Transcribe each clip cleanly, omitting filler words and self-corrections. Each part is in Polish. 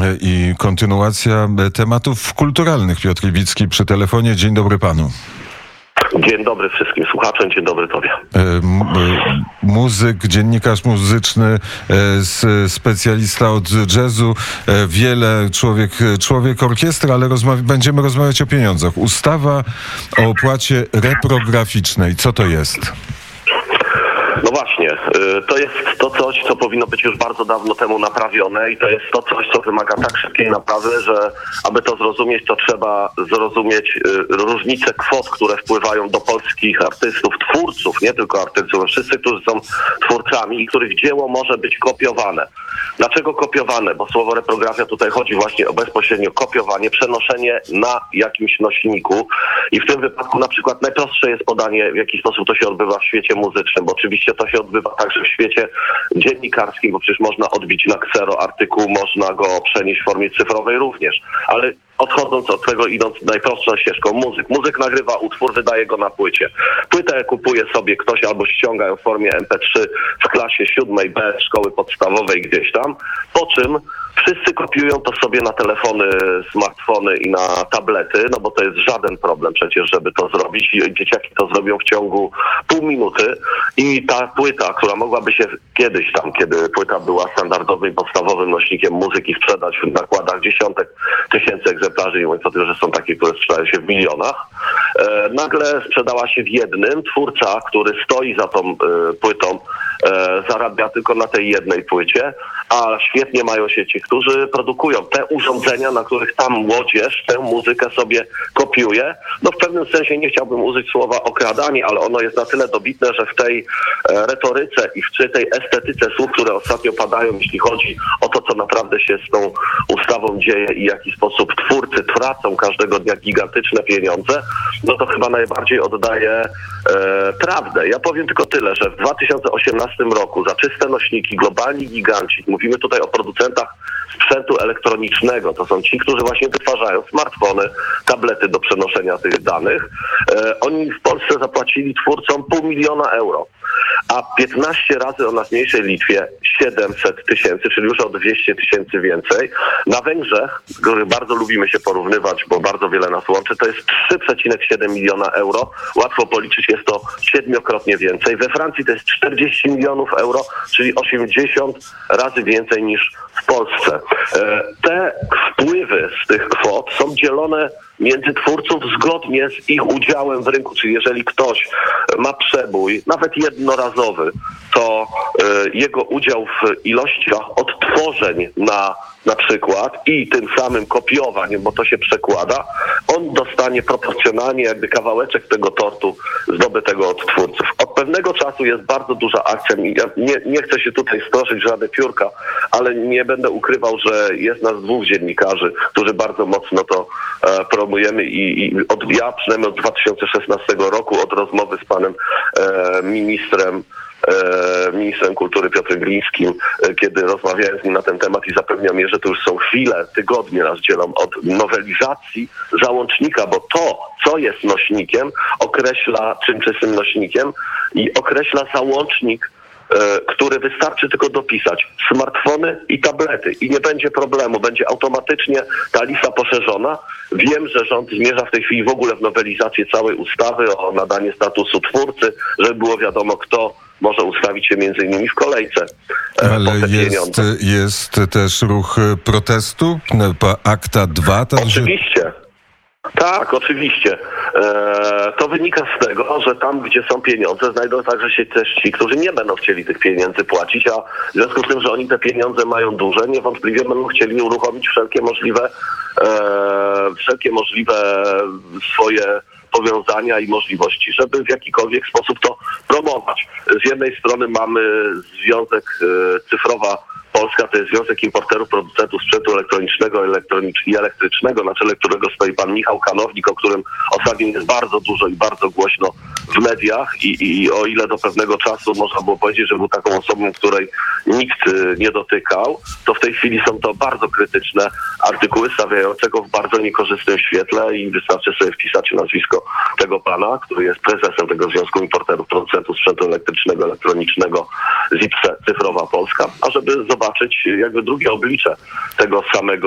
I kontynuacja tematów kulturalnych. Piotr Iwicki przy telefonie. Dzień dobry panu. Dzień dobry wszystkim słuchaczom, dzień dobry tobie. Muzyk, dziennikarz muzyczny, specjalista od jazzu, człowiek orkiestra, ale będziemy rozmawiać o pieniądzach. Ustawa o opłacie reprograficznej. Co to jest? No właśnie, to jest to coś, co powinno być już bardzo dawno temu naprawione i to jest to coś, co wymaga tak szybkiej naprawy, że aby to zrozumieć, to trzeba zrozumieć różnice kwot, które wpływają do polskich artystów, twórców, nie tylko artystów, wszyscy, którzy są twórcami i których dzieło może być kopiowane. Dlaczego kopiowane? Bo słowo reprografia tutaj chodzi właśnie o bezpośrednio kopiowanie, przenoszenie na jakimś nośniku i w tym wypadku na przykład najprostsze jest podanie, w jaki sposób to się odbywa w świecie muzycznym, bo oczywiście to się odbywa także w świecie dziennikarskim, bo przecież można odbić na ksero artykuł, można go przenieść w formie cyfrowej również, ale odchodząc od tego, idąc najprostszą ścieżką, muzyk nagrywa utwór, wydaje go na płycie. Płytę kupuje sobie ktoś albo ściąga ją w formie MP3 w klasie 7B szkoły podstawowej gdzieś tam, po czym wszyscy kopiują to sobie na telefony, smartfony i na tablety, no bo to jest żaden problem przecież, żeby to zrobić. I dzieciaki to zrobią w ciągu pół minuty i ta płyta, która mogłaby się kiedyś tam, kiedy płyta była standardowym, podstawowym nośnikiem muzyki, sprzedać w nakładach dziesiątek tysięcy egzemplarzy, nie mówiąc o tym, że są takie, które sprzedają się w milionach, nagle sprzedała się w jednym. Twórca, który stoi za tą płytą, zarabia tylko na tej jednej płycie, a świetnie mają się ci, którzy produkują te urządzenia, na których tam młodzież tę muzykę sobie kopiuje. No w pewnym sensie nie chciałbym użyć słowa okradanie, ale ono jest na tyle dobitne, że w tej retoryce i w tej estetyce słów, które ostatnio padają, jeśli chodzi o to, co naprawdę się z tą ustawą dzieje i w jaki sposób twórcy tracą każdego dnia gigantyczne pieniądze, no to chyba najbardziej oddaje prawdę. Ja powiem tylko tyle, że w 2018 roku za czyste nośniki globalni giganci, mówimy tutaj o producentach sprzętu elektronicznego, to są ci, którzy właśnie wytwarzają smartfony, tablety do przenoszenia tych danych, oni w Polsce zapłacili twórcom 500 000 euro. A 15 razy o nas mniejszej Litwie 700 tysięcy, czyli już o 200 tysięcy więcej. Na Węgrzech, których bardzo lubimy się porównywać, bo bardzo wiele nas łączy, to jest 3,7 miliona euro. Łatwo policzyć, jest to 7-krotnie więcej. We Francji to jest 40 milionów euro, czyli 80 razy więcej niż w Polsce. Te wpływy z tych kwot są dzielone między twórców zgodnie z ich udziałem w rynku, czyli jeżeli ktoś ma przebój, nawet jednorazowy, to jego udział w ilościach odtworzeń na przykład i tym samym kopiowaniem, bo to się przekłada, on dostanie proporcjonalnie jakby kawałeczek tego tortu zdobytego od twórców. Od pewnego czasu jest bardzo duża akcja. Ja nie chcę się tutaj stroszyć żadne piórka, ale nie będę ukrywał, że jest nas 2 dziennikarzy, którzy bardzo mocno to promujemy i ja przynajmniej od 2016 roku, od rozmowy z panem ministrem kultury Piotrem Glińskim, kiedy rozmawiałem z nim na ten temat i zapewniał mnie, że to już są chwile, tygodnie nas dzielą od nowelizacji załącznika, bo to, co jest nośnikiem, określa, czym czystym nośnikiem i określa załącznik, który wystarczy tylko dopisać smartfony i tablety i nie będzie problemu, będzie automatycznie ta lista poszerzona. Wiem, że rząd zmierza w tej chwili w ogóle w nowelizację całej ustawy o nadanie statusu twórcy, żeby było wiadomo, kto może ustawić się między innymi w kolejce. Ale jest też ruch protestu, Akta 2. Oczywiście. Tak, oczywiście. To wynika z tego, że tam, gdzie są pieniądze, znajdą także się też ci, którzy nie będą chcieli tych pieniędzy płacić, a w związku z tym, że oni te pieniądze mają duże, niewątpliwie będą chcieli uruchomić wszelkie możliwe swoje powiązania i możliwości, żeby w jakikolwiek sposób to promować. Z jednej strony mamy Związek Cyfrowa Polska, to jest Związek Importerów, Producentów Sprzętu Elektronicznego i Elektrycznego, na czele którego stoi pan Michał Kanownik, o którym ostatnio jest bardzo dużo i bardzo głośno w mediach i o ile do pewnego czasu można było powiedzieć, że był taką osobą, której nikt nie dotykał, to w tej chwili są to bardzo krytyczne artykuły stawiające go w bardzo niekorzystnym świetle i wystarczy sobie wpisać nazwisko tego pana, który jest prezesem tego Związku Importerów, Producentów Sprzętu Elektrycznego, Elektronicznego, ZIPSE Cyfrowa Polska, a żeby zobaczyć, zobaczyć jakby drugie oblicze tego samego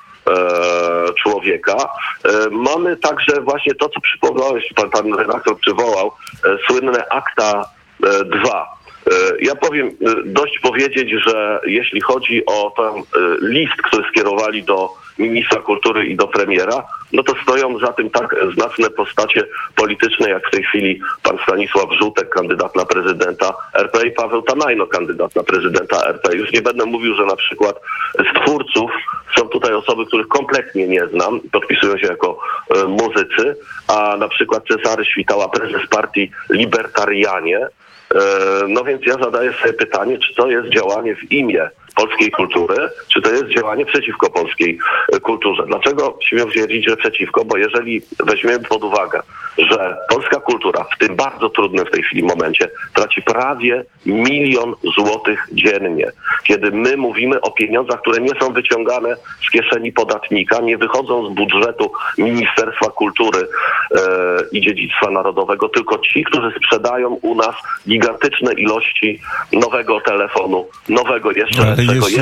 człowieka. Mamy także właśnie to, co przypomniałeś, pan redaktor przywołał, słynne Akta 2. Ja powiem, dość powiedzieć, że jeśli chodzi o ten list, który skierowali do ministra kultury i do premiera, no to stoją za tym tak znaczne postacie polityczne, jak w tej chwili pan Stanisław Żółtek, kandydat na prezydenta RP, i Paweł Tanajno, kandydat na prezydenta RP. Już nie będę mówił, że na przykład z twórców są tutaj osoby, których kompletnie nie znam, podpisują się jako muzycy, a na przykład Cezary Świtała, prezes partii Libertarianie. No więc ja zadaję sobie pytanie, czy to jest działanie w imię polskiej kultury, czy to jest działanie przeciwko polskiej kulturze. Dlaczego śmiem twierdzić, że przeciwko? Bo jeżeli weźmiemy pod uwagę, że polska kultura w tym bardzo trudnym w tej chwili momencie traci prawie 1 000 000 złotych dziennie, kiedy my mówimy o pieniądzach, które nie są wyciągane z kieszeni podatnika, nie wychodzą z budżetu Ministerstwa Kultury i Dziedzictwa Narodowego, tylko ci, którzy sprzedają u nas gigantyczne ilości nowego telefonu, nowego jeszcze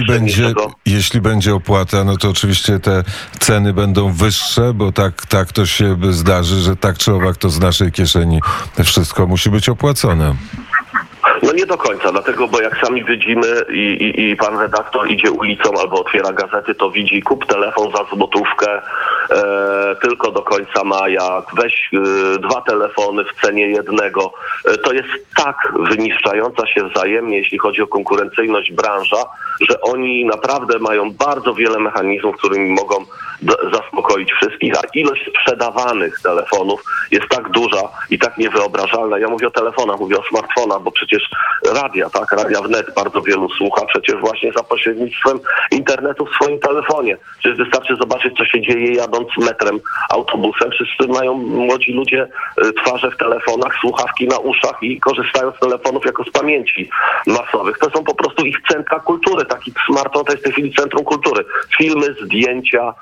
jeśli będzie opłata, no to oczywiście te ceny będą wyższe, bo tak to się zdarzy, że tak czy owak to z naszej kieszeni wszystko musi być opłacone. No nie do końca, dlatego, bo jak sami widzimy i pan redaktor idzie ulicą albo otwiera gazety, to widzi kup telefon za złotówkę tylko do końca maja, weź 2 telefony w cenie jednego. To jest tak wyniszczająca się wzajemnie, jeśli chodzi o konkurencyjność branża, że oni naprawdę mają bardzo wiele mechanizmów, którymi mogą zaspokoić wszystkich, a ilość sprzedawanych telefonów jest tak duża i tak niewyobrażalna. Ja mówię o telefonach, mówię o smartfonach, bo przecież radia wnet bardzo wielu słucha przecież właśnie za pośrednictwem internetu w swoim telefonie. Przecież wystarczy zobaczyć, co się dzieje jadąc metrem, autobusem. Wszyscy mają młodzi ludzie twarze w telefonach, słuchawki na uszach i korzystają z telefonów jako z pamięci masowych. To są po prostu ich centra kultury. Taki smartfon to jest w tej chwili centrum kultury. Filmy, zdjęcia,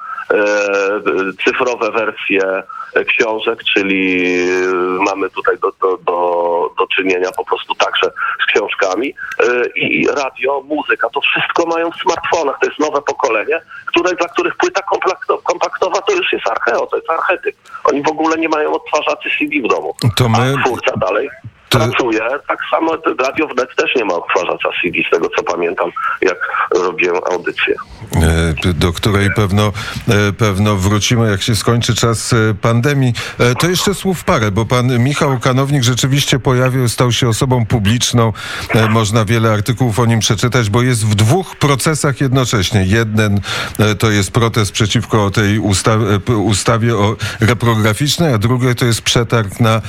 cyfrowe wersje książek, czyli mamy tutaj do czynienia po prostu także z książkami i radio, muzyka, to wszystko mają w smartfonach. To jest nowe pokolenie, dla których płyta kompaktowa to już jest archeo, to jest archetyp. Oni w ogóle nie mają odtwarzaczy CD w domu. A twórca dalej pracuje. Tak samo Radio Wnet też nie ma odtwarzacza CD, z tego co pamiętam, jak robiłem audycję. Do której pewno wrócimy, jak się skończy czas pandemii. To jeszcze słów parę, bo pan Michał Kanownik rzeczywiście stał się osobą publiczną. Można wiele artykułów o nim przeczytać, bo jest w 2 procesach jednocześnie. Jeden to jest protest przeciwko tej ustawie reprograficznej, a drugie to jest przetarg na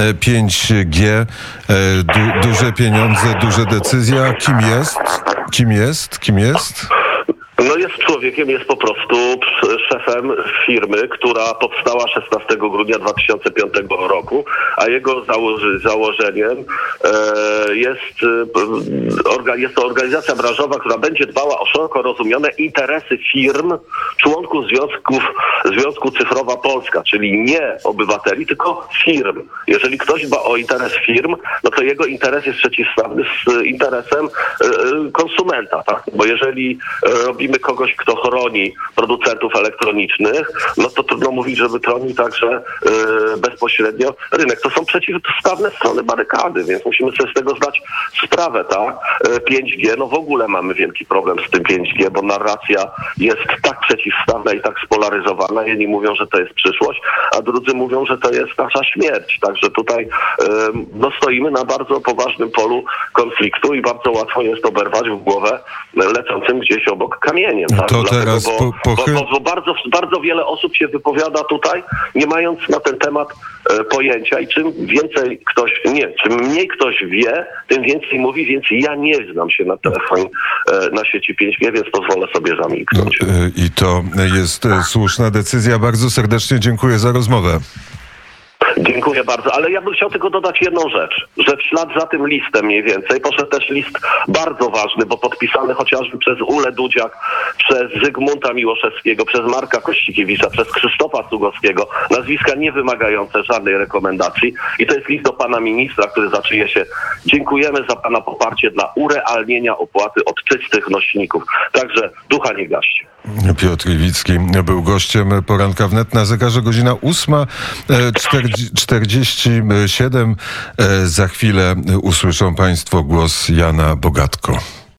5G. Duże pieniądze, duże decyzja. Kim jest? No jest człowiekiem, jest po prostu szefem firmy, która powstała 16 grudnia 2005 roku, a jego założeniem jest to organizacja branżowa, która będzie dbała o szeroko rozumiane interesy firm, członków Związku Cyfrowa Polska, czyli nie obywateli, tylko firm. Jeżeli ktoś dba o interes firm, no to jego interes jest przeciwstawny z interesem konsumenta, tak? Bo jeżeli robimy kogoś, kto chroni producentów elektronicznych, no to trudno mówić, żeby chronił także bezpośrednio rynek. To są przeciwstawne strony barykady, więc musimy sobie z tego zdać sprawę, tak? 5G, no w ogóle mamy wielki problem z tym 5G, bo narracja jest tak przeciwstawna i tak spolaryzowana. Jedni mówią, że to jest przyszłość, a drudzy mówią, że to jest nasza śmierć. Także tutaj stoimy na bardzo poważnym polu konfliktu i bardzo łatwo jest oberwać w głowę lecącym gdzieś obok kamieniem. Tak? To teraz bo bardzo wiele osób się wypowiada tutaj, nie mając na ten temat pojęcia i czym mniej ktoś wie, tym więcej mówi, więc ja nie znam się na telefonie, na sieci 5G, więc pozwolę sobie zamilknąć. I to jest słuszna decyzja. Bardzo serdecznie dziękuję za rozmowę. Dziękuję. Dziękuję bardzo, ale ja bym chciał tylko dodać jedną rzecz, że w ślad za tym listem mniej więcej poszedł też list bardzo ważny, bo podpisany chociażby przez Ulę Dudziak, przez Zygmunta Miłoszewskiego, przez Marka Kościkiewicza, przez Krzysztofa Cugowskiego, nazwiska nie wymagające żadnej rekomendacji i to jest list do pana ministra, który zaczyna się: dziękujemy za pana poparcie dla urealnienia opłaty od czystych nośników. Także ducha nie gaście. Piotr Iwicki był gościem Poranka Wnet. Na zegarze godzina 8:47. Za chwilę usłyszą państwo głos Jana Bogatko.